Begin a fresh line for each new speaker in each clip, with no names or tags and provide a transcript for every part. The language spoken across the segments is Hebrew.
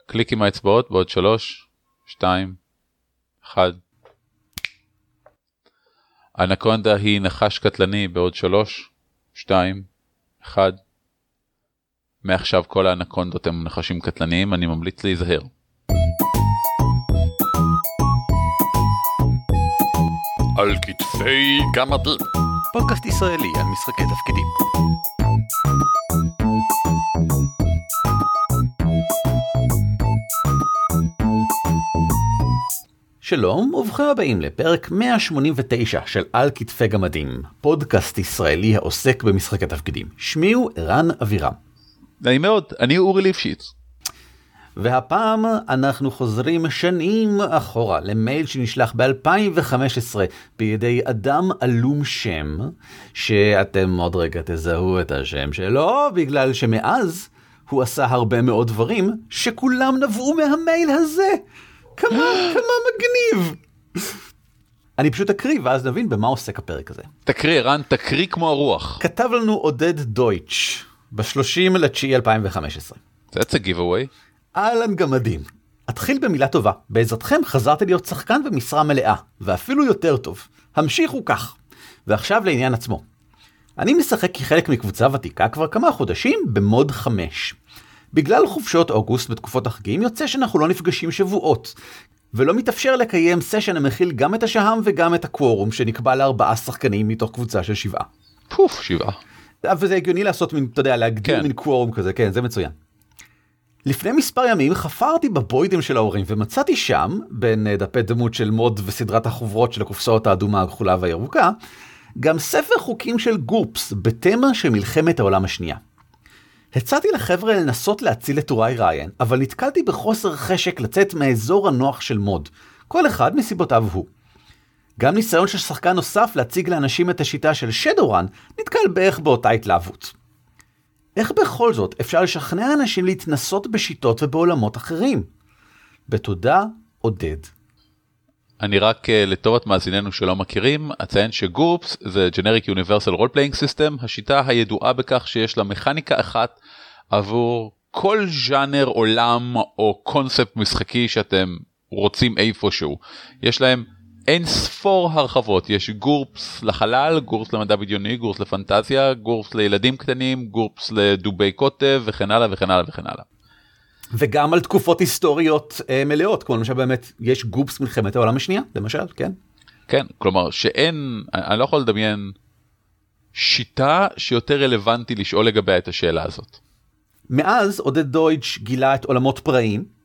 קליק עם האצבעות בעוד 3, 2, 1. אנקונדה היא נחש קטלני בעוד 3, 2, 1. מעכשיו כל האנקונדות הם נחשים קטלניים, אני ממליץ להיזהר.
על כתפי גמדים.
פודקאסט ישראלי על משחקי תפקידים. שלום וברוכים הבאים לפרק 189 של על כתפי גמדים, פודקאסט ישראלי העוסק במשחקי תפקידים. שמי הוא ערן אבירם.
נעים מאוד, אני אורי ליפשיץ.
והפעם אנחנו חוזרים שנים אחורה למייל שנשלח ב-2015 בידי אדם עלום שם, שאתם עוד רגע תזהו את השם שלו, בגלל שמאז הוא עשה הרבה מאוד דברים שכולם נבעו מהמייל הזה. כמה מגניב. אני פשוט אקריא ואז נבין במה עוסק הפרק הזה.
תקריא ערן, תקריא כמו הרוח.
כתב לנו עודד דויטש ב-30/9/2015.
That's a giveaway.
אהלן גמדים, אתחיל במילה טובה. בעזרתכם חזרתי להיות שחקן במשרה מלאה, ואפילו יותר טוב. המשיכו כך. ועכשיו לעניין עצמו. אני משחק כחלק מקבוצה ותיקה כבר כמה חודשים במוד 5. בגלל חופשות אוגוסט בתקופות החגים יוצא שאנחנו לא נפגשים שבועות, ולא מתאפשר לקיים סשן המכיל גם את השהם וגם את הקוורום שנקבע ל4 שחקנים מתוך קבוצה של 7.
7.
אבל זה הגיוני לעשות מין, אתה יודע, להגדיר מין קוורום כזה, כן, זה מצוין. לפני מספר ימים חפרתי בבוידם של ההורים ומצאתי שם, בין דפי דמות של מוד וסדרת החוברות של הקופסאות האדומה, הכחולה והירוקה, גם ספר חוקים של גורפס בתמה של מלחמת העולם השנייה. הצעתי לחבר'ה לנסות להציל את טוראי ריין, אבל נתקלתי בחוסר חשק לצאת מהאזור הנוח של מוד, כל אחד מסיבותיו הוא. גם ניסיון של שחקן נוסף להציג לאנשים את השיטה של שדורן נתקל בערך באותה התלהבות. איך בכל זאת אפשר לשכנע אנשים להתנסות בשיטות ובעולמות אחרים? בתודה, עודד.
אני רק לטובת מאזיננו שלא מכירים, אציין שגורפס זה Generic Universal Role Playing System, השיטה הידועה בכך שיש לה מכניקה אחת עבור כל ז'אנר עולם או קונספט משחקי שאתם רוצים איפשהו. יש להם אין ספור הרחבות, יש גורפס לחלל, גורפס למדע בדיוני, גורפס לפנטזיה, גורפס לילדים קטנים, גורפס לדובי קוטב וכן הלאה וכן הלאה וכן הלאה.
וגם על תקופות היסטוריות מלאות, כמו למשל באמת יש גורפס מלחמת העולם השנייה, למשל, כן?
כן, כלומר שאין, אני לא יכול לדמיין שיטה שיותר רלוונטי לשאול לגבי את השאלה הזאת.
מאז עודד דויטש גילה את עולמות פראיים,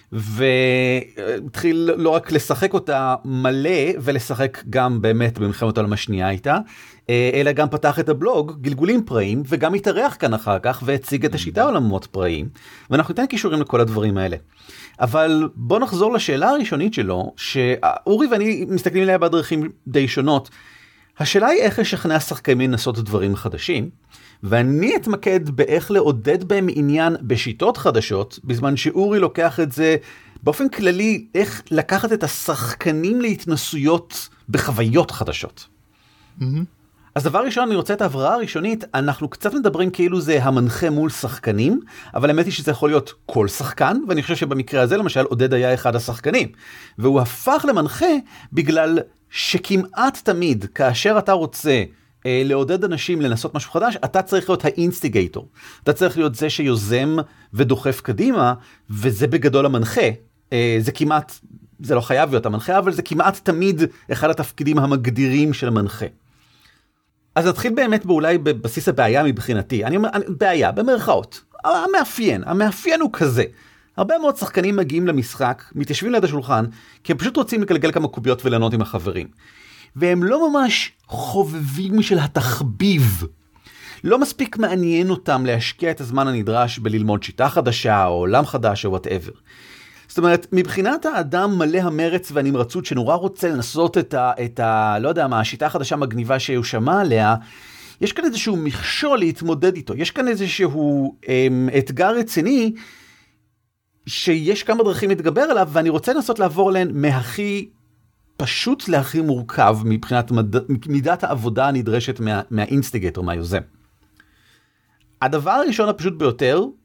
והתחיל לא רק לשחק אותה מלא, ולשחק גם באמת במלחמת העולם השנייה איתה, אלא גם פתח את הבלוג גלגולים פראים, וגם התארח כאן אחר כך, והציג את השיטה עולמות פראים, ואנחנו ניתן קישורים לכל הדברים האלה. אבל בוא נחזור לשאלה הראשונית שלו, שאורי ואני מסתכלים עליה בדרכים די שונות. השאלה היא איך לשכנע שחקנים לנסות דברים חדשים, ואני אתמקד באיך לעודד בהם עניין בשיטות חדשות, בזמן שאורי לוקח את זה באופן כללי, איך לקחת את השחקנים להתנסויות בחוויות חדשות. אז דבר ראשון, אני רוצה את ההבראה הראשונית, אנחנו קצת מדברים כאילו זה המנחה מול שחקנים, אבל האמת היא שזה יכול להיות כל שחקן, ואני חושב שבמקרה הזה למשל עודד היה אחד השחקנים, והוא הפך למנחה בגלל שכמעט תמיד כאשר אתה רוצה לעודד אנשים לנסות משהו חדש, אתה צריך להיות האינסטיגייטור. אתה צריך להיות זה שיוזם ודוחף קדימה, וזה בגדול המנחה. זה כמעט, זה לא חייב להיות המנחה, אבל זה כמעט תמיד אחד התפקידים המגדירים של המנחה. אז נתחיל באמת באולי בבסיס הבעיה מבחינתי. בעיה, במרכאות. המאפיין הוא כזה. הרבה מאוד שחקנים מגיעים למשחק, מתיישבים ליד השולחן, כי הם פשוט רוצים לגלגל כמה קוביות ולענות עם החברים. והם לא ממש חובבים של התחביב. לא מספיק מעניין אותם להשקיע את הזמן הנדרש בללמוד שיטה חדשה או עולם חדש או whatever. זאת אומרת, מבחינת האדם מלא המרץ והנמרצות שנורא רוצה לנסות לא יודע מה, השיטה החדשה מגניבה שהוא שמע עליה, יש כאן איזשהו מכשול להתמודד איתו. יש כאן איזשהו אתגר רציני שיש כמה דרכים להתגבר עליו, ואני רוצה לנסות לעבור עליהן מהכי פשוט להכי מורכב מבחינת מידת העבודה הנדרשת מהאינסטיגטור, מהיוזם. הדבר הראשון הפשוט ביותר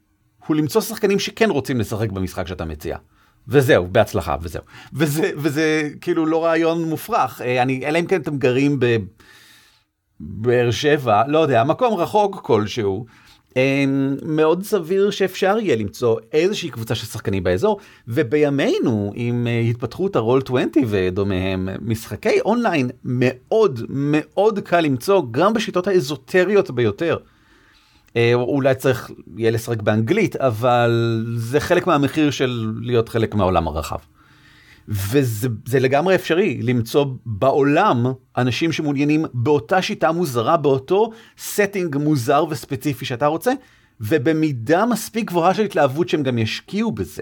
הוא למצוא שחקנים שכן רוצים לשחק במשחק שאתה מציע. וזהו, בהצלחה, וזהו. וזה כאילו לא רעיון מופרך. אלא אם כן אתם גרים בבאר שבע, לא יודע, מקום רחוק כלשהו, מאוד סביר שאפשר יהיה למצוא איזושהי קבוצה של שחקנים באזור, ובימינו, עם התפתחות הרול 20 ודומיהם, משחקי אונליין מאוד מאוד קל למצוא, גם בשיטות האזוטריות ביותר. אולי צריך יהיה לשחק באנגלית, אבל זה חלק מהמחיר של להיות חלק מהעולם הרחב. וזה לגמרי אפשרי למצוא בעולם אנשים שמעוניינים באותה שיטה מוזרה, באותו סטינג מוזר וספציפי שאתה רוצה, ובמידה מספיק גבוהה של התלהבות שהם גם ישקיעו בזה.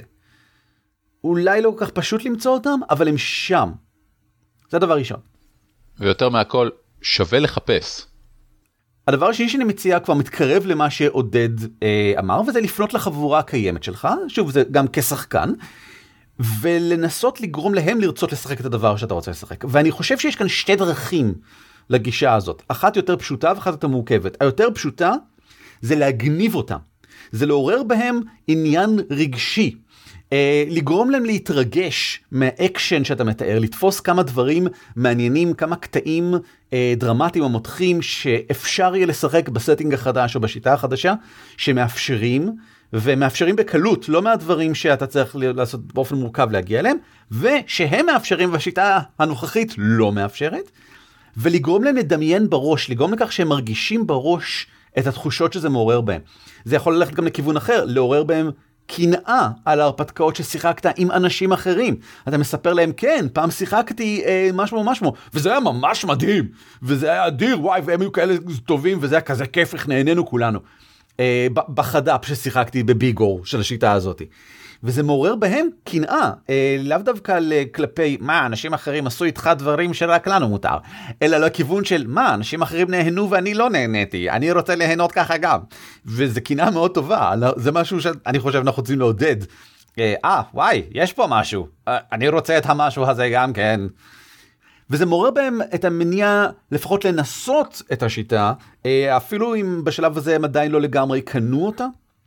אולי לא כל כך פשוט למצוא אותם, אבל הם שם. זה הדבר ראשון.
ויותר מהכל, שווה לחפש.
הדבר השני שאני מציע כבר מתקרב למה שעודד אמר, וזה לפנות לחבורה הקיימת שלך, שוב זה גם כשחקן, ולנסות לגרום להם לרצות לשחק את הדבר שאתה רוצה לשחק. ואני חושב שיש כאן שתי דרכים לגישה הזאת. אחת יותר פשוטה ואחת יותר מורכבת. היותר פשוטה זה להגניב אותם. זה לעורר בהם עניין רגשי. לגרום להם להתרגש מהאקשן שאתה מתאר, לתפוס כמה דברים מעניינים, כמה קטעים דרמטיים או מותחים שאפשר יהיה לשחק בסטינג החדש או בשיטה החדשה, שמאפשרים ומאפשרים בקלות, לא מהדברים שאתה צריך לעשות באופן מורכב להגיע אליהם, ושהם מאפשרים והשיטה הנוכחית לא מאפשרת, ולגרום להם לדמיין בראש, לגרום לכך שהם מרגישים בראש את התחושות שזה מעורר בהם. זה יכול ללכת גם לכיוון אחר, לעורר בהם קנאה על ההרפתקאות ששיחקת עם אנשים אחרים. אתה מספר להם, כן, פעם שיחקתי משהו, וזה היה ממש מדהים, וזה היה אדיר, וואי, והם היו כאלה טובים, וזה היה כזה כיף, איך נהנינו כולנו. בחד"פ ששיחקתי בביגור של השיטה הזאת. וזה מעורר בהם קנאה, לאו דווקא כלפי, מה, אנשים אחרים עשו איתך דברים שרק לנו מותר, אלא לכיוון של, מה, אנשים אחרים נהנו ואני לא נהניתי, אני רוצה ליהנות ככה גם. וזה קנאה מאוד טובה, זה משהו שאני חושב אנחנו רוצים לעודד. וואי, יש פה משהו, אני רוצה את המשהו הזה גם כן. וזה מעורר בהם את המניע לפחות לנסות את השיטה, אפילו אם בשלב הזה הם עדיין לא לגמרי קנו אותה.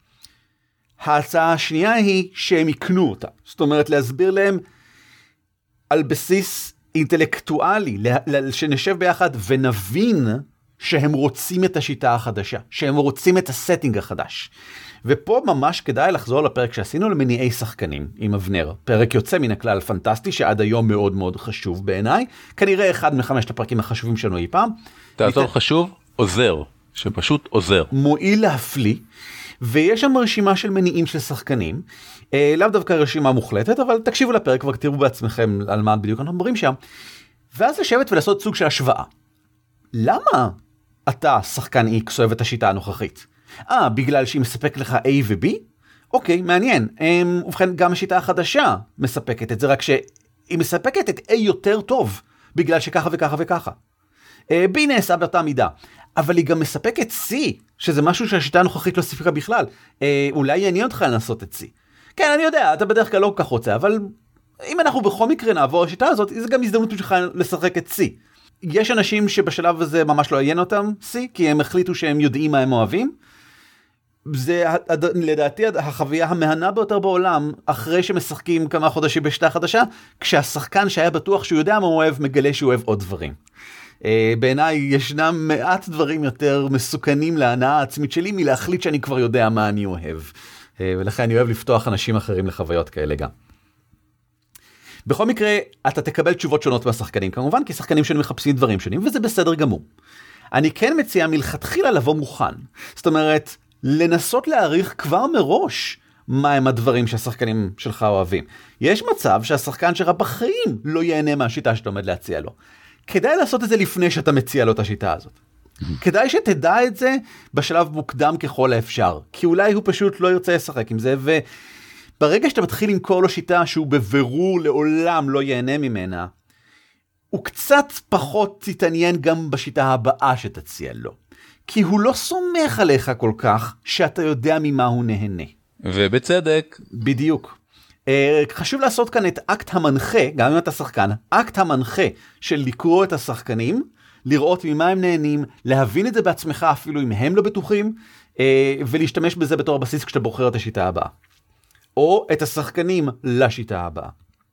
ההצעה השנייה היא שהם יקנו אותה. זאת אומרת, להסביר להם על בסיס אינטלקטואלי, שנשב ביחד ונבין שהם רוצים את השיטה החדשה, שהם רוצים את הסטינג החדש. ופה ממש כדאי לחזור לפרק שעשינו למניעי שחקנים עם אבנר. פרק יוצא מן הכלל פנטסטי שעד היום מאוד מאוד חשוב בעיניי. כנראה אחד מחמשת הפרקים החשובים שלנו אי פעם.
תעזור חשוב, עוזר. שפשוט עוזר.
מועיל להפליא. ויש שם רשימה של מניעים של שחקנים. לאו דווקא רשימה מוחלטת, אבל תקשיבו לפרק ותראו בעצמכם על מה בדיוק אנחנו מדברים שם. ואז לשבת ולעשות סוג של השוואה. למה אתה, שחקן X, אוהב את השיטה הנוכחית? בגלל שהיא מספק לך A ו-B? אוקיי, מעניין. ובכן, גם השיטה החדשה מספקת את זה, רק שהיא מספקת את A יותר טוב, בגלל שככה וככה וככה. B נעשה באותה מידה. אבל היא גם מספקת C, שזה משהו שהשיטה הנוכחית לא סיפקה בכלל. אולי יעניין אותך לנסות את C. כן, אני יודע, אתה בדרך כלל לא כל כך רוצה, אבל אם אנחנו בכל מקרה נעבור השיטה הזאת, זה גם הזדמנות שלך לשחק את C. יש אנשים שבשלב הזה ממש לא עניין אותם C, כי הם החליטו שהם יודעים מה הם אוהבים. זה לדעתי החוויה המהנה ביותר בעולם, אחרי שמשחקים כמה חודשים בשיטה חדשה, כשהשחקן שהיה בטוח שהוא יודע מה הוא אוהב, מגלה שהוא אוהב עוד דברים. בעיניי ישנם מעט דברים יותר מסוכנים להנאה העצמית שלי, מלהחליט שאני כבר יודע מה אני אוהב. ולכן אני אוהב לפתוח אנשים אחרים לחוויות כאלה גם. בכל מקרה, אתה תקבל תשובות שונות מהשחקנים, כמובן, כי שחקנים שונים מחפשים דברים שונים, וזה בסדר גמור. אני כן מציע מלכתחילה לבוא מוכן. זאת אומרת, לנסות להעריך כבר מראש מהם הדברים שהשחקנים שלך אוהבים. יש מצב שהשחקן שלך בחיים לא ייהנה מהשיטה שאתה עומד להציע לו. כדאי לעשות את זה לפני שאתה מציע לו את השיטה הזאת. כדאי שתדע את זה בשלב מוקדם ככל האפשר, כי אולי הוא פשוט לא ירצה לשחק עם זה, וברגע שאתה מתחיל למכור לו שיטה שהוא בבירור לעולם לא ייהנה ממנה, הוא קצת פחות תתעניין גם בשיטה הבאה שתציע לו. כי הוא לא סומך עליך כל כך שאתה יודע ממה הוא נהנה.
ובצדק.
בדיוק. חשוב לעשות כאן את אקט המנחה, גם אם אתה שחקן, אקט המנחה של לקרוא את השחקנים, לראות ממה הם נהנים, להבין את זה בעצמך אפילו אם הם לא בטוחים, ולהשתמש בזה בתור הבסיס כשאתה בוחר את השיטה הבאה. או את השחקנים לשיטה הבאה.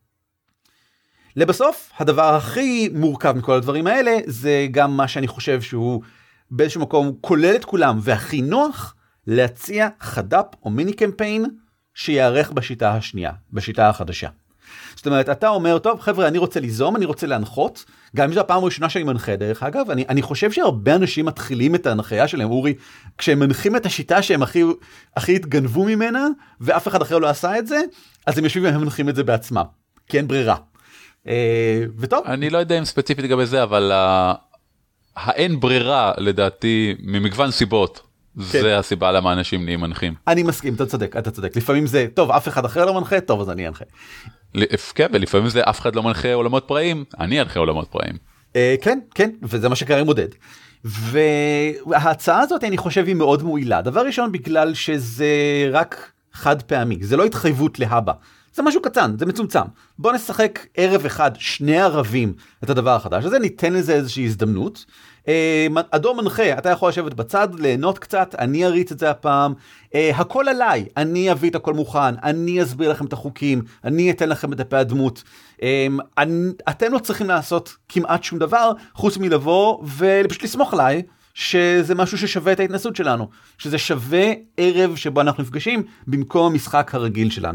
לבסוף, הדבר הכי מורכב מכל הדברים האלה, זה גם מה שאני חושב שהוא באיזשהו מקום כולל את כולם, והכי נוח להציע חד"פ או מיני קמפיין שיערך בשיטה השנייה, בשיטה החדשה. זאת אומרת, אתה אומר, טוב, חבר'ה, אני רוצה ליזום, אני רוצה להנחות, גם אם זו הפעם הראשונה שאני מנחה, דרך אגב, אני חושב שהרבה אנשים מתחילים את ההנחיה שלהם, אורי, כשהם מנחים את השיטה שהם הכי התגנבו ממנה, ואף אחד אחר לא עשה את זה, אז הם יושבים והם מנחים את זה בעצמם, כי אין ברירה. וטוב.
אני לא יודע אם ספציפית לגבי זה, אבל האין ברירה, לדעתי, ממגוון סיבות, זה הסיבה למה אנשים נהיים מנחים.
אני מסכים, אתה צודק. לפעמים זה, טוב, אף אחד אחר לא מנחה, טוב, אז אני אנחה.
כן, ולפעמים זה אף אחד לא מנחה עולמות פראיים, אני אנחה עולמות פראיים.
כן, וזה מה שקרה עם עודד. וההצעה הזאת אני חושב היא מאוד מועילה. דבר ראשון, בגלל שזה רק חד פעמי, זה לא התחייבות להבא. זה משהו קטן, זה מצומצם. בוא נשחק ערב אחד, שני ערבים את הדבר החדש הזה, ניתן לזה איזושהי הזדמנות. אדום מנחה, אתה יכול לשבת בצד, ליהנות קצת, אני אריץ את זה הפעם, הכל עליי, אני אביא את הכל מוכן, אני אסביר לכם את החוקים, אני אתן לכם את דפי הדמות, אתם לא צריכים לעשות כמעט שום דבר, חוץ מלבוא ופשוט לסמוך עליי, שזה משהו ששווה את ההתנסות שלנו, שזה שווה ערב שבו אנחנו נפגשים, במקום המשחק הרגיל שלנו.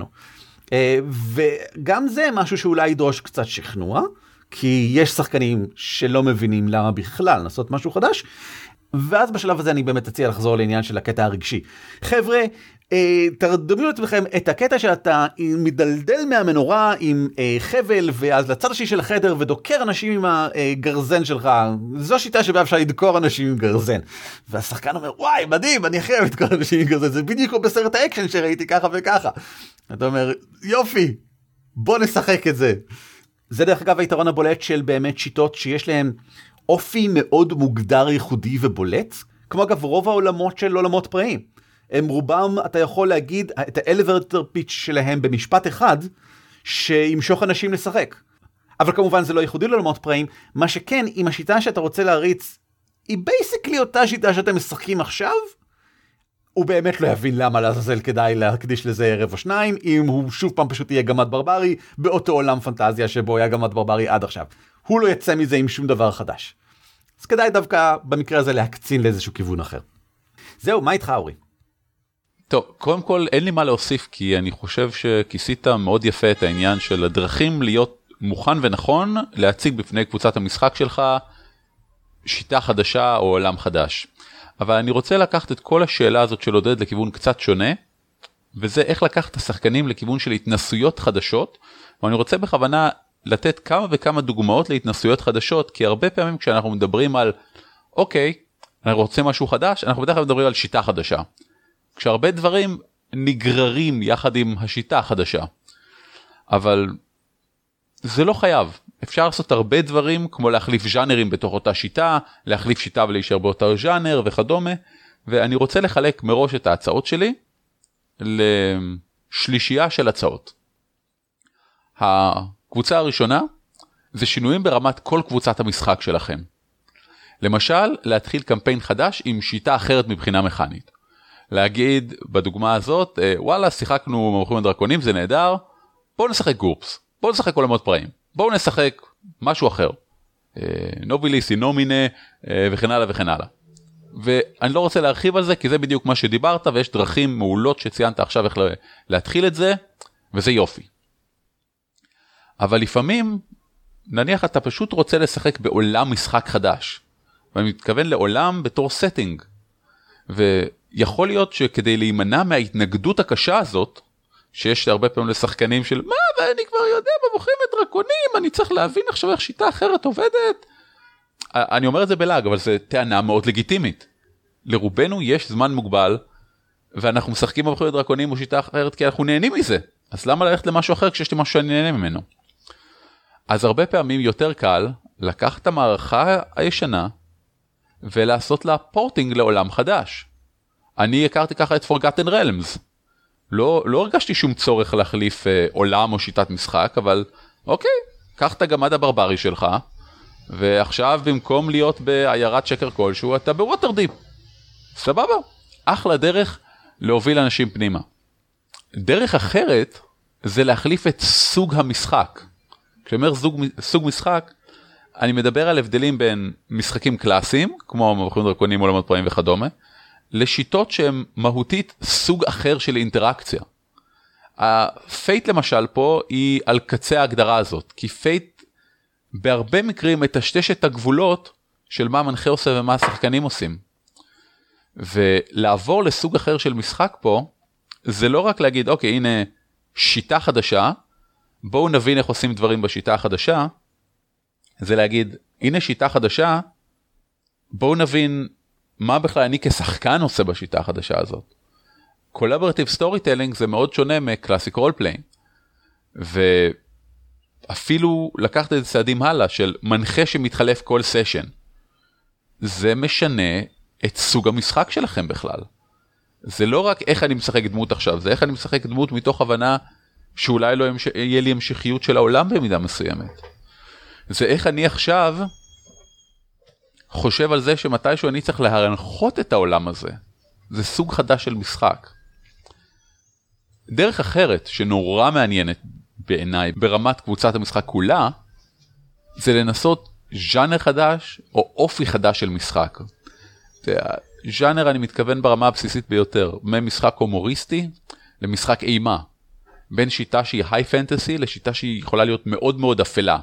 וגם זה משהו שאולי ידרוש קצת שכנוע, כי יש שחקנים שלא מבינים למה בכלל לעשות משהו חדש, ואז בשלב הזה אני באמת אציע לחזור לעניין של הקטע הרגשי. חבר'ה, תרדמו לעצמכם את הקטע שאתה מדלדל מהמנורה עם חבל, ואז לצד השני של החדר ודוקר אנשים עם הגרזן שלך. זו שיטה שבה אפשר לדקור אנשים עם גרזן. והשחקן אומר, וואי, מדהים, אני הכי אוהב לדקור אנשים עם גרזן, זה בדיוק כמו בסרט האקשן שראיתי ככה וככה. אתה אומר, יופי, בוא נשחק את זה. זה דרך אגב היתרון הבולט של באמת שיטות שיש להן אופי מאוד מוגדר ייחודי ובולט, כמו אגב רוב העולמות של עולמות פראיים. הם רובם, אתה יכול להגיד, את ה-elevator pitch שלהם במשפט אחד, שימשוך אנשים לשחק. אבל כמובן זה לא ייחודי לעולמות פראיים, מה שכן, אם השיטה שאתה רוצה להריץ, היא בייסיקלי אותה שיטה שאתם משחקים עכשיו, הוא באמת לא יבין למה לעזאזל כדאי להקדיש לזה ערב או שניים, אם הוא שוב פעם פשוט יהיה גמד ברברי, באותו עולם פנטזיה שבו היה גמד ברברי עד עכשיו. הוא לא יצא מזה עם שום דבר חדש. אז כדאי דווקא במקרה הזה להקצין לאיזשהו כיוון אחר. זהו, מה איתך אורי?
טוב, קודם כל אין לי מה להוסיף, כי אני חושב שכיסית מאוד יפה את העניין של הדרכים להיות מוכן ונכון להציג בפני קבוצת המשחק שלך שיטה חדשה או עולם חדש. אבל אני רוצה לקחת את כל השאלה הזאת של עודד לכיוון קצת שונה, וזה איך לקחת את השחקנים לכיוון של התנסויות חדשות, ואני רוצה בכוונה לתת כמה וכמה דוגמאות להתנסויות חדשות, כי הרבה פעמים כשאנחנו מדברים על, אוקיי, אנחנו רוצים משהו חדש, אנחנו בדרך כלל מדברים על שיטה חדשה. כשהרבה דברים נגררים יחד עם השיטה החדשה. אבל זה לא חייב. אפשר לעשות הרבה דברים, כמו להחליף ז'אנרים בתוך אותה שיטה, להחליף שיטה ולהישאר באותה ז'אנר וכדומה, ואני רוצה לחלק מראש את ההצעות שלי לשלישייה של הצעות. הקבוצה הראשונה זה שינויים ברמת כל קבוצת המשחק שלכם. למשל, להתחיל קמפיין חדש עם שיטה אחרת מבחינה מכנית. להגיד בדוגמה הזאת, וואלה, שיחקנו מומחים הדרקונים, זה נהדר, בואו נשחק גורפס, בואו נשחק עולמות פראיים, בואו נשחק משהו אחר, נוביליס, אינומינה וכן הלאה וכן הלאה. ואני לא רוצה להרחיב על זה, כי זה בדיוק מה שדיברת, ויש דרכים מעולות שציינת עכשיו איך להתחיל את זה, וזה יופי. אבל לפעמים, נניח אתה פשוט רוצה לשחק בעולם משחק חדש, ואני מתכוון לעולם בתור סטינג, ויכול להיות שכדי להימנע מההתנגדות הקשה הזאת, שיש הרבה פעמים לשחקנים של, מה, ואני כבר יודע, במוחים ודרקונים, אני צריך להבין עכשיו איך שיטה אחרת עובדת. אני אומר את זה בלעג, אבל זו טענה מאוד לגיטימית. לרובנו יש זמן מוגבל, ואנחנו משחקים במוחים ודרקונים או שיטה אחרת, כי אנחנו נהנים מזה. אז למה ללכת למשהו אחר כשיש לי משהו שאני נהנה ממנו? אז הרבה פעמים יותר קל לקחת את המערכה הישנה, ולעשות לה פורטינג לעולם חדש. אני הכרתי ככה את Forgotten Realms. לא הרגשתי שום צורך להחליף עולם או שיטת משחק, אבל אוקיי, קח את הגמד הברברי שלך, ועכשיו במקום להיות בעיירת שקר כלשהו, אתה בווטרדיפ. סבבה. אחלה דרך להוביל אנשים פנימה. דרך אחרת זה להחליף את סוג המשחק. כשאומר סוג משחק, אני מדבר על הבדלים בין משחקים קלאסיים, כמו מבוכים דרקונים, עולמות פראיים וכדומה, לשיטות שהן מהותית סוג אחר של אינטראקציה. הפייט למשל פה היא על קצה ההגדרה הזאת, כי פייט בהרבה מקרים מטשטש את הגבולות של מה המנחה עושה ומה השחקנים עושים. ולעבור לסוג אחר של משחק פה, זה לא רק להגיד, אוקיי, הנה שיטה חדשה, בואו נבין איך עושים דברים בשיטה החדשה, זה להגיד, הנה שיטה חדשה, בואו נבין מה בכלל אני כשחקן עושה בשיטה החדשה הזאת. Collaborative Storytelling זה מאוד שונה מקלאסיק רול פליינג, ואפילו לקחת את צעדים הלאה של מנחה שמתחלף כל סשן, זה משנה את סוג המשחק שלכם בכלל. זה לא רק איך אני משחק דמות עכשיו, זה איך אני משחק דמות מתוך הבנה שאולי לא יהיה לי המשכיות של העולם במידה מסוימת. זה איך אני עכשיו חושב על זה שמתישהו אני צריך להנחות את העולם הזה. זה סוג חדש של משחק. דרך אחרת שנורא מעניינת בעיניי ברמת קבוצת המשחק כולה, זה לנסות ז'אנר חדש או אופי חדש של משחק. ז'אנר אני מתכוון ברמה הבסיסית ביותר, ממשחק הומוריסטי למשחק אימה. בין שיטה שהיא היי פנטסי לשיטה שהיא יכולה להיות מאוד מאוד אפלה.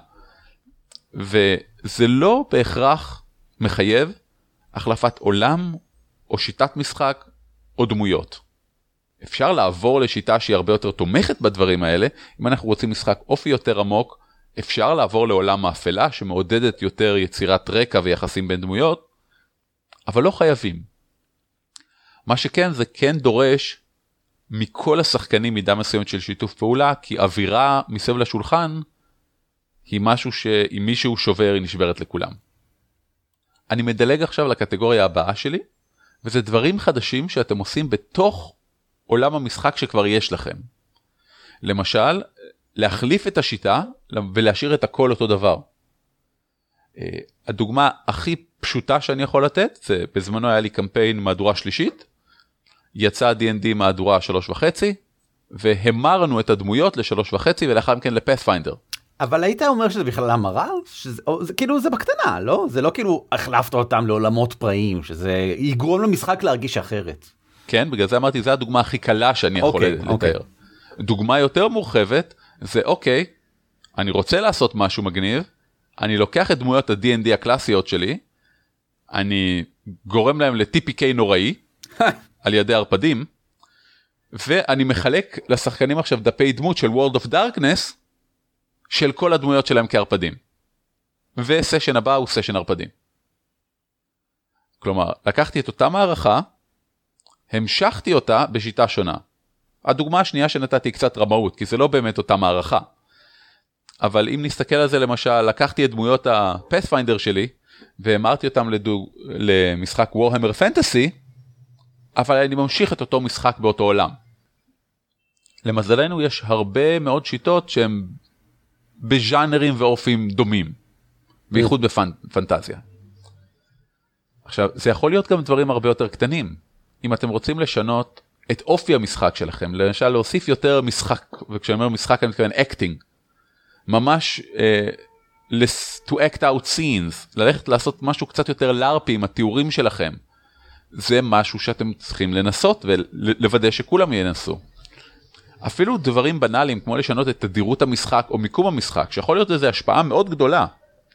וזה לא בהכרח מחייב החלפת עולם או שיטת משחק או דמויות. אפשר לעבור לשיטה שהיא הרבה יותר תומכת בדברים האלה, אם אנחנו רוצים משחק אופי יותר עמוק, אפשר לעבור לעולם האפלה שמעודדת יותר יצירת רקע ויחסים בין דמויות, אבל לא חייבים. מה שכן, זה כן דורש מכל השחקנים מידה מסוימת של שיתוף פעולה, כי אווירה מסביב לשולחן היא משהו שאם מישהו שובר היא נשברת לכולם. אני מדלג עכשיו לקטגוריה הבאה שלי, וזה דברים חדשים שאתם עושים בתוך עולם המשחק שכבר יש לכם. למשל, להחליף את השיטה ולהשאיר את הכל אותו דבר. הדוגמה הכי פשוטה שאני יכול לתת, זה בזמנו היה לי קמפיין מהדורה שלישית, יצא D&D מהדורה 3.5, והמרנו את הדמויות ל3.5 ולאחר מכן לפאת'פיינדר.
אבל היית אומר שזה בכלל המרה? כאילו זה בקטנה, לא? זה לא כאילו החלפת אותם לעולמות פראיים, שזה יגרום למשחק להרגיש אחרת.
כן, בגלל זה אמרתי, זה הדוגמה הכי קלה שאני יכול לתאר. דוגמה יותר מורחבת, זה אוקיי, אני רוצה לעשות משהו מגניב, אני לוקח את דמויות ה-D&D הקלאסיות שלי, אני גורם להם ל-TPK נוראי, על ידי הרפדים, ואני מחלק לשחקנים עכשיו דפי דמות של World of Darkness, של כל הדמויות שלהם כהרפדים. וסשן הבא הוא סשן הרפדים. כלומר, לקחתי את אותה מערכה, המשכתי אותה בשיטה שונה. הדוגמה השנייה שנתתי היא קצת רמאות, כי זה לא באמת אותה מערכה. אבל אם נסתכל על זה למשל, לקחתי את דמויות ה-Pathfinder שלי, והמרתי אותם למשחק Warhammer Fantasy, אבל אני ממשיך את אותו משחק באותו עולם. למזלנו יש הרבה מאוד שיטות שהן בז'אנרים ואופים דומים, בייחוד בפנטזיה. עכשיו, זה יכול להיות גם דברים הרבה יותר קטנים. אם אתם רוצים לשנות את אופי המשחק שלכם, למשל להוסיף יותר משחק, וכשאני אומר משחק אני מתכוון acting, ממש to act out scenes, ללכת לעשות משהו קצת יותר לארפי עם התיאורים שלכם, זה משהו שאתם צריכים לנסות ולוודא שכולם ינסו. אפילו דברים בנאליים, כמו לשנות את תדירות המשחק או מיקום המשחק, שיכול להיות איזו השפעה מאוד גדולה,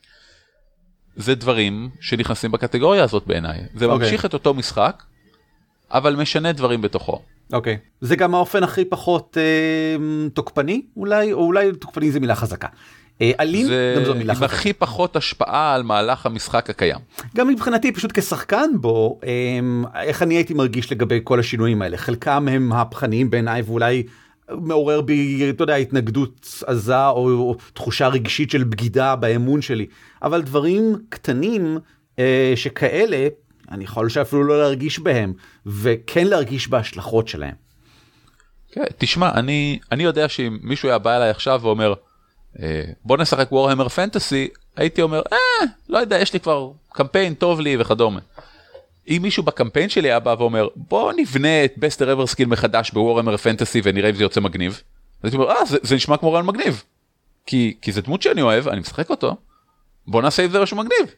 זה דברים שנכנסים בקטגוריה הזאת בעיניי. זה ממשיך את אותו משחק, אבל משנה דברים בתוכו.
אוקיי. זה גם האופן הכי פחות תוקפני, אולי, או אולי תוקפני זה מילה חזקה. אלים, גם זו מילה חזקה.
עם הכי פחות השפעה על מהלך המשחק הקיים. גם
מבחינתי, פשוט כשחקן בו, איך אני הייתי מרגיש לגבי כל השינויים האלה? חלקם הם מהפכניים בעיניי, ואולי מעורר בי, אתה יודע, התנגדות עזה, או תחושה רגשית של בגידה באמון שלי. אבל דברים קטנים שכאלה, אני יכול שאפילו לא להרגיש בהם, וכן להרגיש בהשלכות שלהם.
כן, תשמע, אני יודע שאם מישהו היה בא אליי עכשיו ואומר, בוא נשחק Warhammer Fantasy, הייתי אומר, לא יודע, יש לי כבר קמפיין טוב לי וכדומה. אם מישהו בקמפיין שלי היה בא ואומר, בוא נבנה את Best Ever Skill מחדש בוורהמר פנטסי ונראה אם זה יוצא מגניב. אז הייתי אומר, זה נשמע כמו רעיון מגניב. כי זה דמות שאני אוהב, אני משחק אותו, בוא נעשה את זה משהו מגניב.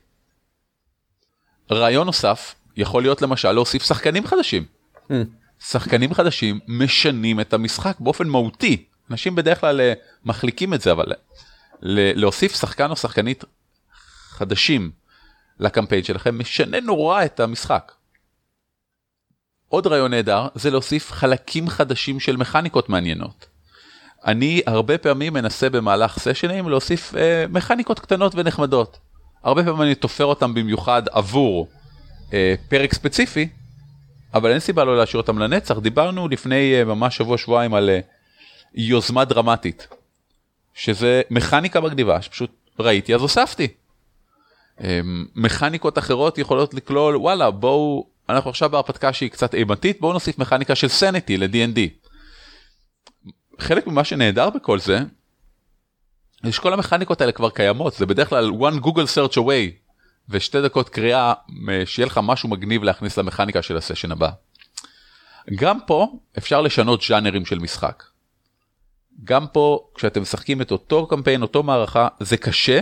רעיון נוסף יכול להיות למשל להוסיף שחקנים חדשים. שחקנים חדשים משנים את המשחק באופן מהותי. אנשים בדרך כלל מחליקים את זה, אבל להוסיף שחקן או שחקנית חדשים לקמפיין שלכם משנה נורא את המשחק. עוד רעיון נהדר זה להוסיף חלקים חדשים של מכניקות מעניינות. אני הרבה פעמים מנסה במהלך סשנים להוסיף מכניקות קטנות ונחמדות. הרבה פעמים אני תופר אותם במיוחד עבור פרק ספציפי, אבל אין סיבה לא להשאיר אותם לנצח. דיברנו לפני ממש שבוע-שבועיים על יוזמה דרמטית, שזה מכניקה מגניבה, שפשוט ראיתי אז הוספתי. מכניקות אחרות יכולות לכלול, וואלה, בואו, אנחנו עכשיו בהרפתקה שהיא קצת אימתית, בואו נוסיף מכניקה של סניטי ל-D&D. חלק ממה שנהדר בכל זה, יש כל המכניקות האלה כבר קיימות, זה בדרך כלל one Google search away, ו2 דקות קריאה, שיהיה לך משהו מגניב להכניס למכניקה של הסשן הבא. גם פה אפשר לשנות ז'אנרים של משחק. גם פה, כשאתם משחקים את אותו קמפיין, אותו מערכה, זה קשה,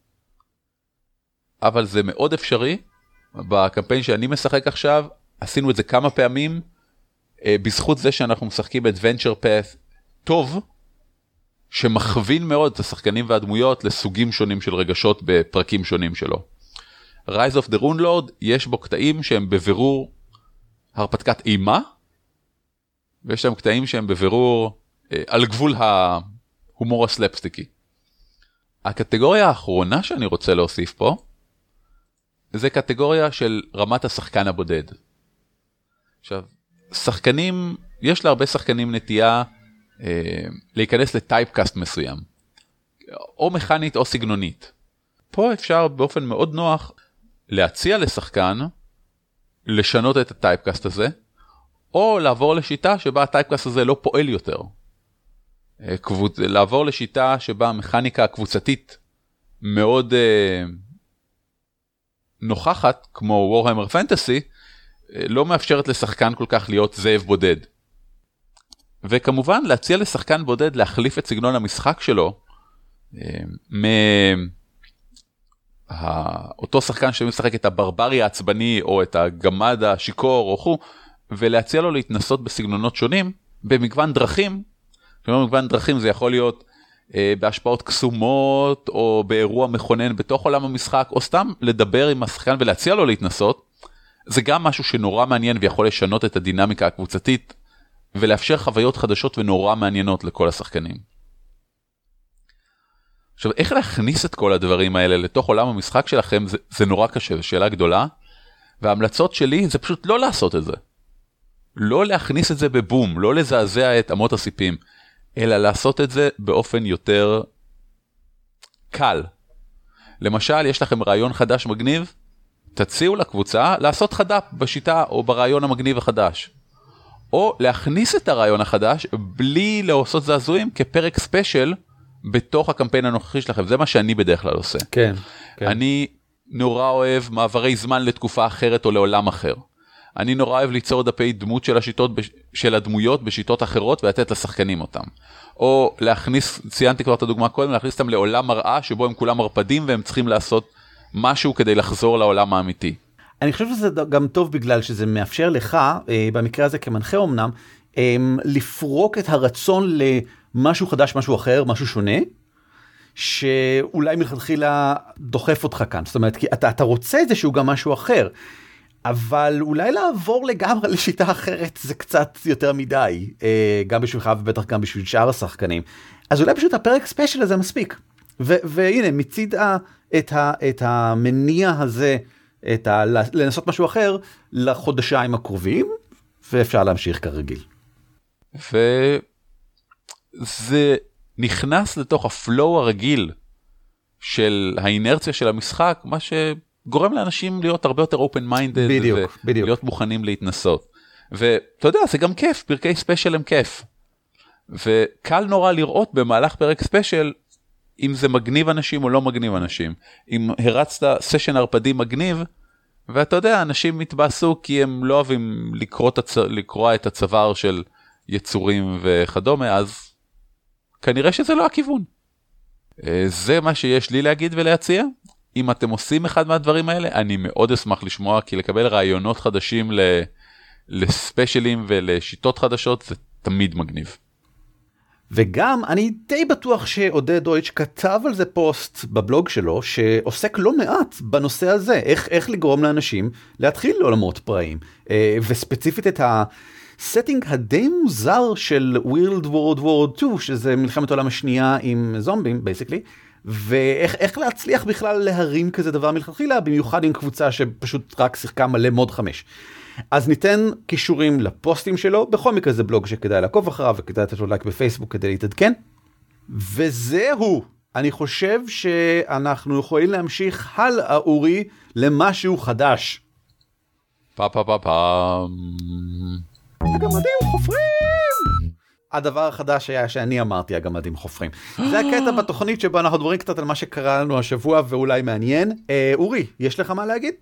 אבל זה מאוד אפשרי. בקמפיין שאני משחק עכשיו, עשינו את זה כמה פעמים, בזכות זה שאנחנו משחקים Adventure Path טוב, שמכווין מאוד את השחקנים והדמויות לסוגים שונים של רגשות בפרקים שונים שלו. Rise of the Rune Lord, יש בו קטעים שהם בבירור הרפתקת אימה, ויש שם קטעים שהם בבירור על גבול ההומור הסלפסטיקי. הקטגוריה האחרונה שאני רוצה להוסיף פה, זה קטגוריה של רמת השחקן הבודד. עכשיו, שחקנים, יש להרבה שחקנים נטייה להיכנס לטייפקאסט מסוים, או מכנית או סגנונית. פה אפשר באופן מאוד נוח להציע לשחקן לשנות את הטייפקאסט הזה, או לעבור לשיטה שבה הטייפקאסט הזה לא פועל יותר. לעבור לשיטה שבה המכניקה הקבוצתית מאוד נוכחת, כמו וורהמר פנטסי, לא מאפשרת לשחקן כל כך להיות זאב בודד. וכמובן להציע לשחקן בודד להחליף את סגנון המשחק שלו, אותו שחקן שמשחק את הברברי העצבני, או את הגמד השיקור, או חו, ולהציע לו להתנסות בסגנונות שונים, במגוון דרכים. במגוון דרכים זה יכול להיות בהשפעות קסומות, או באירוע מכונן בתוך עולם המשחק, או סתם לדבר עם השחקן ולהציע לו להתנסות. זה גם משהו שנורא מעניין ויכול לשנות את הדינמיקה הקבוצתית, ולאפשר חוויות חדשות ונורא מעניינות לכל השחקנים. עכשיו, איך להכניס את כל הדברים האלה לתוך עולם המשחק שלכם, זה נורא קשה, זו שאלה גדולה, וההמלצות שלי זה פשוט לא לעשות את זה. לא להכניס את זה בבום, לא לזעזע את אמות הסיפים, אלא לעשות את זה באופן יותר קל. למשל, יש לכם רעיון חדש מגניב, תציעו לקבוצה לעשות חד"פ בשיטה או ברעיון המגניב החדש. או להכניס את הרעיון החדש בלי לעשות זעזועים כפרק ספיישל בתוך הקמפיין הנוכחי שלכם. זה מה שאני בדרך כלל עושה.
כן, כן.
אני נורא אוהב מעברי זמן לתקופה אחרת או לעולם אחר. אני נורא אוהב ליצור דפי דמות של השיטות, של הדמויות בשיטות אחרות ולתת לשחקנים אותם. או להכניס, ציינתי כבר את הדוגמה קודם, להכניס אותם לעולם מראה שבו הם כולם מרפדים והם צריכים לעשות משהו כדי לחזור לעולם האמיתי.
אני חושב שזה גם טוב בגלל שזה מאפשר לך, במקרה הזה כמנחה אומנם, לפרוק את הרצון למשהו חדש, משהו אחר, משהו שונה, שאולי מלכתחילה דוחף אותך כאן. זאת אומרת, כי אתה רוצה את זה שהוא גם משהו אחר, אבל אולי לעבור לגמרי לשיטה אחרת זה קצת יותר מדי, גם בשבילך ובטח גם בשביל שאר השחקנים. אז אולי פשוט הפרק ספיישל הזה מספיק. והנה, מציד את המניע הזה, לנסות משהו אחר לחודשיים הקרובים, ואפשר להמשיך כרגיל.
וזה נכנס לתוך הפלואו הרגיל של האינרציה של המשחק, מה שגורם לאנשים להיות הרבה יותר open minded, ולהיות מוכנים להתנסות. ואתה יודע, זה גם כיף, פרקי ספיישל הם כיף. וקל נורא לראות במהלך פרק ספיישל, אם זה מגניב אנשים או לא מגניב אנשים. אם הרצת סשן הרפדי מגניב, ואתה יודע, אנשים מתבאסו כי הם לא אוהבים לקרוע את הצוואר של יצורים וכדומה, אז כנראה שזה לא הכיוון. זה מה שיש לי להגיד ולהציע. אם אתם עושים אחד מהדברים האלה, אני מאוד אשמח לשמוע, כי לקבל רעיונות חדשים לספיישלים ולשיטות חדשות, זה תמיד מגניב.
וגם אני די בטוח שעודד דויטש כתב על זה פוסט בבלוג שלו, שעוסק לא מעט בנושא הזה, איך לגרום לאנשים להתחיל לעולמות פראיים, וספציפית את הסטינג הדי מוזר של World War II, שזה מלחמת העולם השנייה עם זומבים, basically, ואיך להצליח בכלל להרים כזה דבר מלכתחילה, במיוחד עם קבוצה שפשוט רק שיחקה מלא מוד 5. אז ניתן קישורים לפוסטים שלו, בכל מקרה זה בלוג שכדאי לעקוב אחריו, וכדאי לתת לו לייק בפייסבוק כדי להתעדכן. וזהו, אני חושב שאנחנו יכולים להמשיך הלאה, אורי, למשהו חדש. הגמדים חופרים! הדבר החדש היה שאני אמרתי, הגמדים חופרים. זה הקטע בתוכנית שבו אנחנו דברים קצת על מה שקרה לנו השבוע, ואולי מעניין. אורי, יש לך מה להגיד?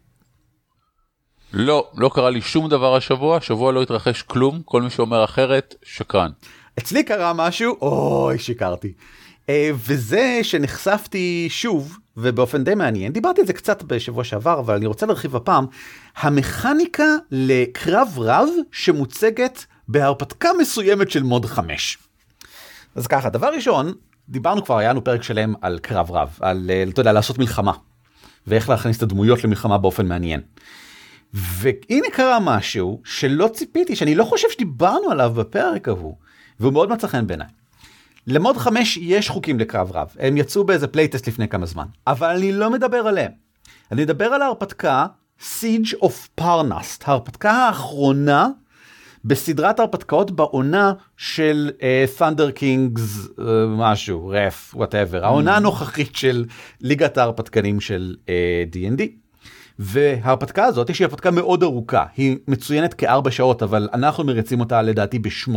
לא קרה לי שום דבר השבוע לא התרחש כלום, כל מי שאומר אחרת, שקרן.
אצלי קרה משהו, אוי, שיקרתי. וזה שנחשפתי שוב, ובאופן די מעניין, דיברתי על זה קצת בשבוע שעבר, אבל אני רוצה להרחיב הפעם, המכניקה לקרב רב שמוצגת בהרפתקה מסוימת של מוד 5. אז ככה, דבר ראשון, דיברנו כבר, היה לנו פרק שלם על קרב רב, על, אתה יודע, לעשות מלחמה, ואיך להכניס את הדמויות למלחמה באופן מעניין. והנה קרה משהו שלא ציפיתי, שאני לא חושב שדיברנו עליו בפרק ההוא, והוא מאוד מצא חן בעיניי. למוד 5 יש חוקים לקרב רב, הם יצאו באיזה פלייטסט לפני כמה זמן, אבל אני לא מדבר עליהם. אני מדבר על ההרפתקה Siege of Parnast, ההרפתקה האחרונה בסדרת ההרפתקאות בעונה של Thunder Kings משהו, רף, whatever, העונה הנוכחית של ליגת ההרפתקנים של D&D. וההרפתקה הזאת, יש לי הרפתקה מאוד ארוכה, היא מצוינת כ4 שעות, אבל אנחנו מריצים אותה לדעתי ב8.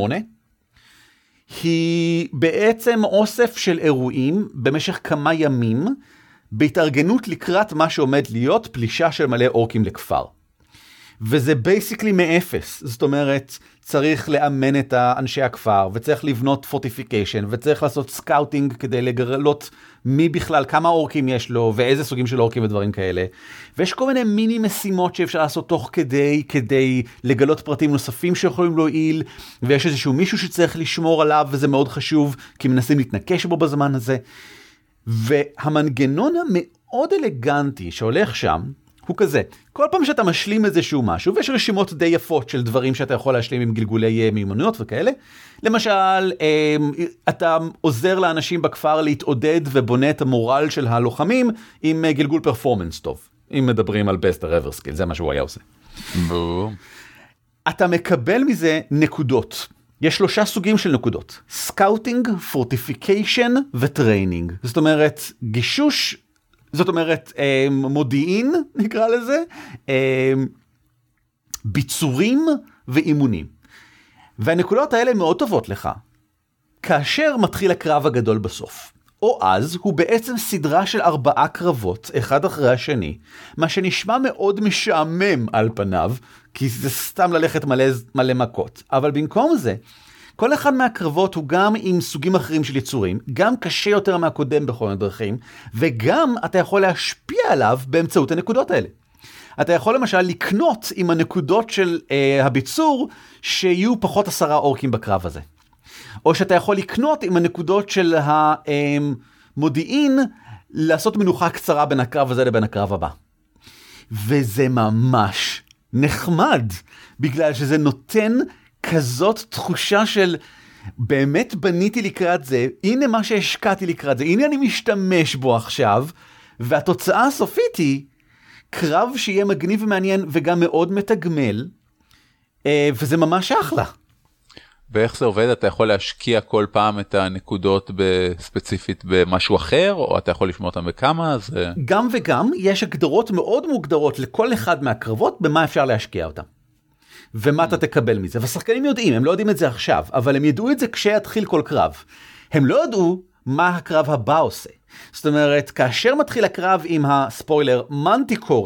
היא בעצם אוסף של אירועים במשך כמה ימים, בהתארגנות לקראת מה שעומד להיות פלישה של מלא אורקים לכפר. וזה בייסיקלי מאפס, זאת אומרת, צריך לאמן את אנשי הכפר, וצריך לבנות פורטיפיקיישן, וצריך לעשות סקאוטינג כדי לגלות מי בכלל, כמה אורקים יש לו, ואיזה סוגים של אורקים ודברים כאלה. ויש כל מיני מיני משימות שאפשר לעשות תוך כדי לגלות פרטים נוספים שיכולים להועיל, ויש איזשהו מישהו שצריך לשמור עליו, וזה מאוד חשוב, כי מנסים להתנקש בו בזמן הזה. והמנגנון המאוד אלגנטי שהולך שם, הוא כזה, כל פעם שאתה משלים איזשהו משהו, ויש רשימות די יפות של דברים שאתה יכול להשלים עם גלגולי מיומנויות וכאלה, למשל, אתה עוזר לאנשים בכפר להתעודד ובונה את המורל של הלוחמים עם גלגול פרפורמנס טוב, אם מדברים על best ever skill, זה מה שהוא היה עושה. אתה מקבל מזה נקודות. יש 3 סוגים של נקודות, סקאוטינג, פורטיפיקיישן וטריינינג. זאת אומרת, גישוש, זאת אומרת, מודיעין, נקרא לזה, ביצורים ואימונים. והנקודות האלה מאוד טובות לך, כאשר מתחיל הקרב הגדול בסוף. או אז הוא בעצם סדרה של 4 קרבות, אחד אחרי השני, מה שנשמע מאוד משעמם על פניו, כי זה סתם ללכת מלא מכות. אבל במקום זה, כל אחד מהקרבות הוא גם עם סוגים אחרים של יצורים, גם קשה יותר מהקודם בכל הדרכים, וגם אתה יכול להשפיע עליו באמצעות הנקודות האלה. אתה יכול למשל לקנות עם הנקודות של הביצור, שיהיו פחות 10 אורקים בקרב הזה. או שאתה יכול לקנות עם הנקודות של המודיעין, לעשות מנוחה קצרה בין הקרב הזה לבין הקרב הבא. וזה ממש נחמד, בגלל שזה נותן כזאת תחושה של באמת בניתי לקראת זה, הנה מה שהשקעתי לקראת זה, הנה אני משתמש בו עכשיו, והתוצאה הסופית היא קרב שיהיה מגניב ומעניין וגם מאוד מתגמל, וזה ממש אחלה.
ואיך זה עובד? אתה יכול להשקיע כל פעם את הנקודות ספציפית במשהו אחר, או אתה יכול לשמור אותם בכמה? זה...
גם וגם, יש הגדרות מאוד מוגדרות לכל אחד מהקרבות, במה אפשר להשקיע אותם. ומה אתה תקבל מזה. והשחקנים יודעים, הם לא יודעים את זה עכשיו, אבל הם ידעו את זה כשיתחיל כל קרב. הם לא ידעו מה הקרב הבא עושה. זאת אומרת, כאשר מתחיל הקרב עם הספוילר מנטיקורים,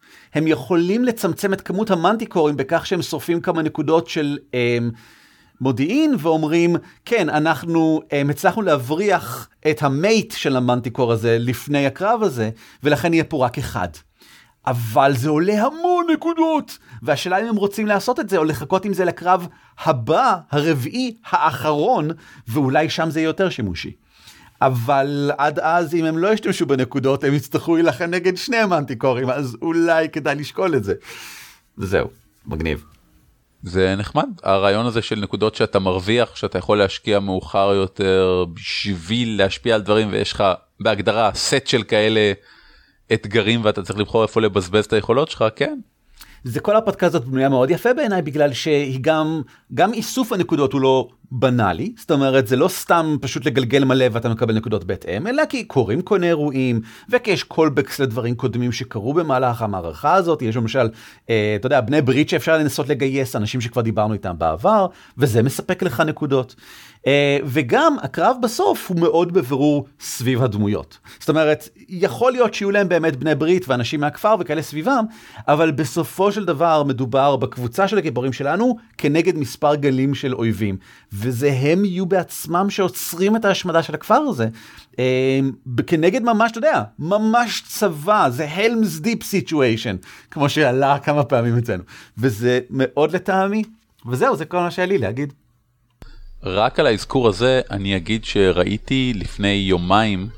הם יכולים לצמצם את כמות המנטיקורים בכך שהם שורפים כמה נקודות של מודיעין ואומרים, כן, אנחנו הצלחנו להבריח את המייט של המנטיקור הזה לפני הקרב הזה, ולכן יהיה פה רק אחד. אבל זה עולה המון נקודות, והשאלה אם הם רוצים לעשות את זה, או לחכות עם זה לקרב הבא, הרביעי, האחרון, ואולי שם זה יהיה יותר שימושי. אבל עד אז, אם הם לא ישתמשו בנקודות, הם יצטרכו להילחם נגד שני המנטיקורים, אז אולי כדאי לשקול את זה. וזהו, מגניב.
זה נחמד, הרעיון הזה של נקודות שאתה מרוויח, שאתה יכול להשקיע מאוחר יותר, בשביל להשפיע על דברים, ויש לך בהגדרה סט של כאלה אתגרים, ואתה צריך לבחור איפה לבזבז את היכולות שלך, כן.
זה כל הפתקה הזאת בנויה מאוד יפה בעיניי, בגלל שהיא גם איסוף הנקודות הוא לא בנאלי, זאת אומרת זה לא סתם פשוט לגלגל מלא ואתה מקבל נקודות בהתאם, אלא כי קורים כל מיני אירועים, וכי יש קולבקס לדברים קודמים שקרו במהלך המערכה הזאת, יש למשל, אתה יודע, בני ברית שאפשר לנסות לגייס, אנשים שכבר דיברנו איתם בעבר, וזה מספק לך נקודות. וגם הקרב בסוף הוא מאוד בבירור סביב הדמויות. זאת אומרת, יכול להיות שיהיו להם באמת בני ברית ואנשים מהכפר וכאלה סביבם, אבל בסופו של דבר מדובר בקבוצה של הגיבורים שלנו כנגד מספר גלים של אויבים. וזה הם יהיו בעצמם שעוצרים את ההשמדה של הכפר הזה, כנגד ממש, אתה יודע, ממש צבא, זה Helm's Deep situation, כמו שעלה כמה פעמים אצלנו. וזה מאוד לטעמי, וזהו, זה כל מה שהיה לי להגיד.
רק על האזכור הזה אני אגיד שראיתי לפני יומיים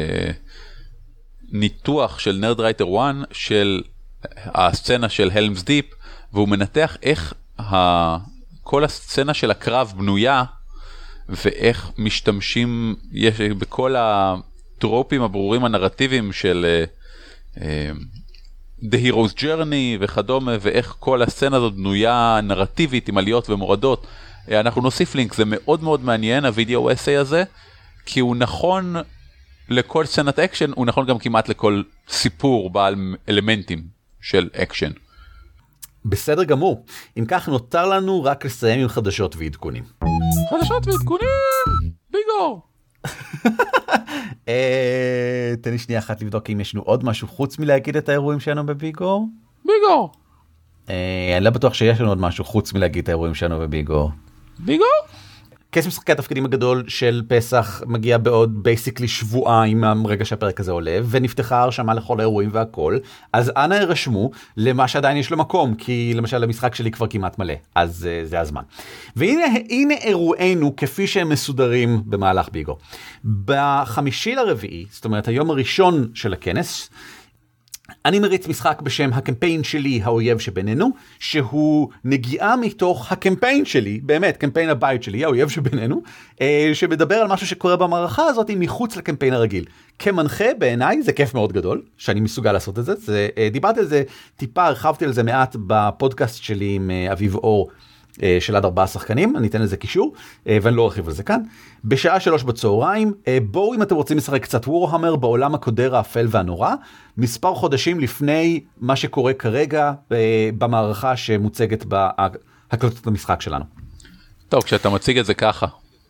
ניתוח של נרדרייטר 1 של הסצנה של Helm's Deep, והוא מנתח איך כל הסצנה של הקרב בנויה, ואיך משתמשים בכל הטרופים הברורים הנרטיביים של The Hero's Journey וכדומה, ואיך כל הסצנה הזאת בנויה נרטיבית עם עליות ומורדות. אנחנו נוסיף לינק, זה מאוד מאוד מעניין הווידאו אסי הזה, כי הוא נכון לכל סצנת אקשן, הוא נכון גם כמעט לכל סיפור בעל אלמנטים של אקשן.
בסדר גמור. אם כך נותר לנו רק לסיים עם חדשות ועדכונים.
חדשות ועדכונים! ביגור!
תן לי שנייה אחת לבדוק אם יש לנו עוד משהו חוץ מלהגיד את האירועים שלנו בביגור.
ביגור!
אני לא בטוח שיש לנו עוד משהו חוץ מלהגיד את האירועים שלנו בביגור.
ביגור?
כס משחקי התפקידים הגדול של פסח מגיע בעוד בייסיקלי שבועיים מהרגע שהפרק הזה עולה, ונפתחה הרשמה לכל האירועים והכל, אז אנא הרשמו למה שעדיין יש לו מקום, כי למשל המשחק שלי כבר כמעט מלא, אז זה הזמן. והנה אירועינו כפי שהם מסודרים במהלך ביגו. ב5/4, זאת אומרת היום הראשון של הכנס, אני מריץ משחק בשם הקמפיין שלי, האויב שבינינו, שהוא נגיעה מתוך הקמפיין שלי, באמת, קמפיין הבית שלי, האויב שבינינו, שמדבר על משהו שקורה במערכה הזאת מחוץ לקמפיין הרגיל. כמנחה בעיניי זה כיף מאוד גדול, שאני מסוגל לעשות את זה. דיברתי על זה טיפה, הרחבתי על זה מעט בפודקאסט שלי עם אביב אור, של עד 4 שחקנים, אני אתן לזה קישור, ואני לא ארחיב על זה כאן. בשעה 3 בצהריים, בואו אם אתם רוצים לשחק קצת וורהמר בעולם הקודר האפל והנורא, מספר חודשים לפני מה שקורה כרגע במערכה שמוצגת בהקלטות המשחק שלנו.
טוב, כשאתה מציג את זה ככה.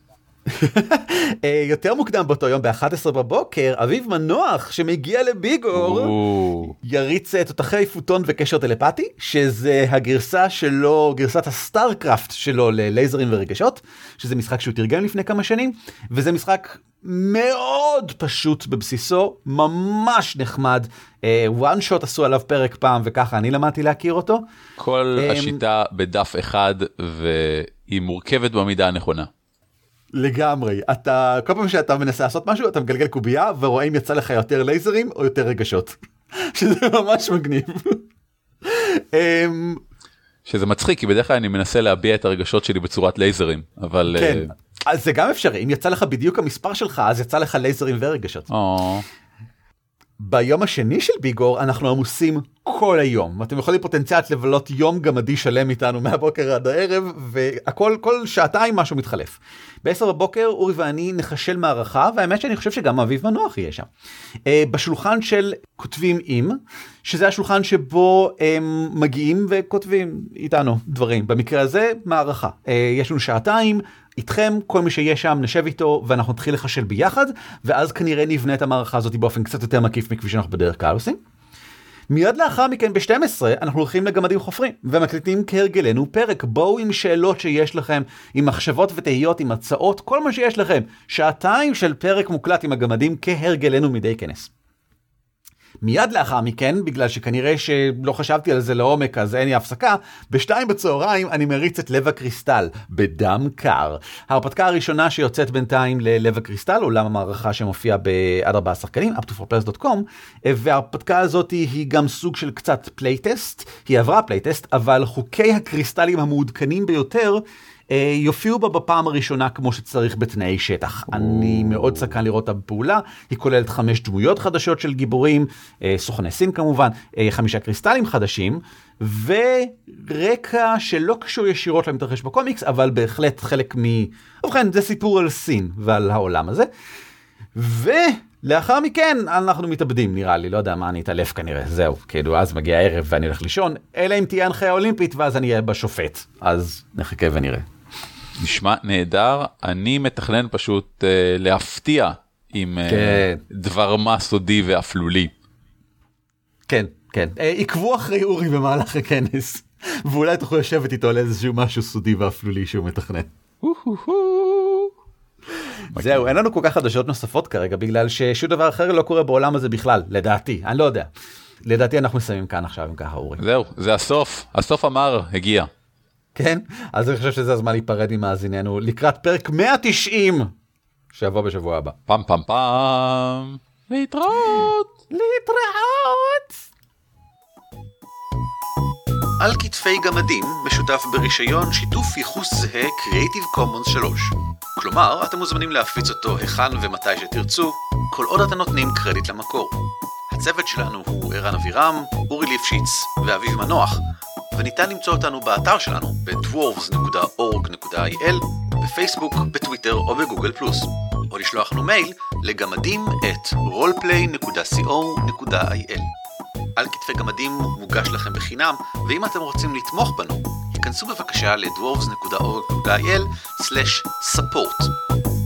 יותר מוקדם באותו יום ב-11 בבוקר, אביב מנוח שמגיע לביגור יריץ תותחי פוטון וקשר טלפתי, שזה הגרסה שלו, גרסת הסטארקראפט שלו ללייזרים ורגשות, שזה משחק שהוא תרגם לפני כמה שנים, וזה משחק מאוד פשוט בבסיסו, ממש נחמד. one shot עשו עליו פרק פעם וככה אני למדתי להכיר אותו.
כל השיטה בדף אחד והיא מורכבת במידה הנכונה.
לגמרי, אתה, כל פעם שאתה מנסה לעשות משהו, אתה מגלגל קובייה, ורואה אם יצא לך יותר לייזרים או יותר רגשות. שזה ממש מגניב.
שזה מצחיק, כי בדרך כלל אני מנסה להביע את הרגשות שלי בצורת לייזרים, אבל...
כן, אז זה גם אפשרי, אם יצא לך בדיוק המספר שלך, אז יצא לך לייזרים ורגשות. ביום השני של ביגור אנחנו עמוסים כל היום. אתם יכולים פוטנציאלית לבלות יום גמדי שלם איתנו מהבוקר עד הערב, והכל, כל שעתיים משהו מתחלף. ב10 בבוקר אורי ואני נחשל מערכה, והאמת שאני חושב שגם אביב מנוח יהיה שם. בשולחן של כותבים עם, שזה השולחן שבו הם מגיעים וכותבים איתנו דברים. במקרה הזה מערכה. יש לנו שעתיים, איתכם, כל מי שיש שם נשב איתו, ואנחנו נתחיל לחשל ביחד, ואז כנראה נבנה את המערכה הזאת באופן קצת יותר מקיף מכפי שאנחנו בדרך כלל עושים. מיד לאחר מכן ב-12 אנחנו הולכים לגמדים חופרים ומקליטים כהרגלנו פרק. בואו עם שאלות שיש לכם, עם מחשבות ותהיות, עם הצעות, כל מה שיש לכם. שעתיים של פרק מוקלט עם הגמדים כהרגלנו מדי כנס. מיד לאחר מכן, בגלל שכנראה שלא חשבתי על זה לעומק, אז אין לי הפסקה, ב-2 בצהריים אני מריץ את לב הקריסטל, בדם קר. ההרפתקה הראשונה שיוצאת בינתיים ללב הקריסטל, עולם המערכה שמופיע עד 4 שחקנים, up24players.com, וההרפתקה הזאת היא גם סוג של קצת פלייטסט, היא עברה פלייטסט, אבל חוקי הקריסטלים המעודכנים ביותר, יופיעו בה בפעם הראשונה כמו שצריך בתנאי שטח. אני מאוד סקרן לראות אותה בפעולה. היא כוללת 5 דמויות חדשות של גיבורים, סוכני סין כמובן, 5 קריסטלים חדשים, ורקע שלא קשור ישירות למתרחש בקומיקס, אבל בהחלט חלק ובכן, זה סיפור על סין ועל העולם הזה. ולאחר מכן אנחנו מתאבדים, נראה לי, לא יודע מה, אני אתעלף כנראה, זהו, כאילו אז מגיע הערב ואני הולך לישון, אלא אם תהיה הנחיה אולימפית ואז אני אהיה בשופט, אז נחכה ונראה.
נשמע נהדר, אני מתכנן פשוט להפתיע עם דבר מה סודי ואפלולי.
כן, כן, עקבו אחרי אורי במהלך הכנס, ואולי תוכלו לשבת איתו על איזשהו משהו סודי ואפלולי שהוא מתכנן. זהו, אין לנו כל כך חדשות נוספות כרגע, בגלל ששום דבר אחר לא קורה בעולם הזה בכלל, לדעתי, אני לא יודע. לדעתי אנחנו מסיימים כאן עכשיו עם ככה אורי.
זהו, זה הסוף, הסוף אמר, הגיע. כן,
אז אני חושב שזה הזמן להיפרד עם מאזיננו לקראת פרק 190 שיבוא בשבוע הבא.
פם פם פם, להתראות.
על כתפי גמדים משותף ברישיון שיתוף ייחוס זהה Creative Commons 3. כלומר, אתם מוזמנים להפיץ אותו היכן ומתי שתרצו, כל עוד אתם נותנים קרדיט למקור. הצוות שלנו הוא ערן אבירם, אורי ליפשיץ ואביב מנוח, וניתן למצוא אותנו באתר שלנו ב-dwarves.org.il, בפייסבוק, בטוויטר או בגוגל פלוס, או לשלוח לנו מייל לגמדים@roleplay.co.il. על כתפי גמדים מוגש לכם בחינם, ואם אתם רוצים לתמוך בנו, היכנסו בבקשה ל-dwarves.org.il/support.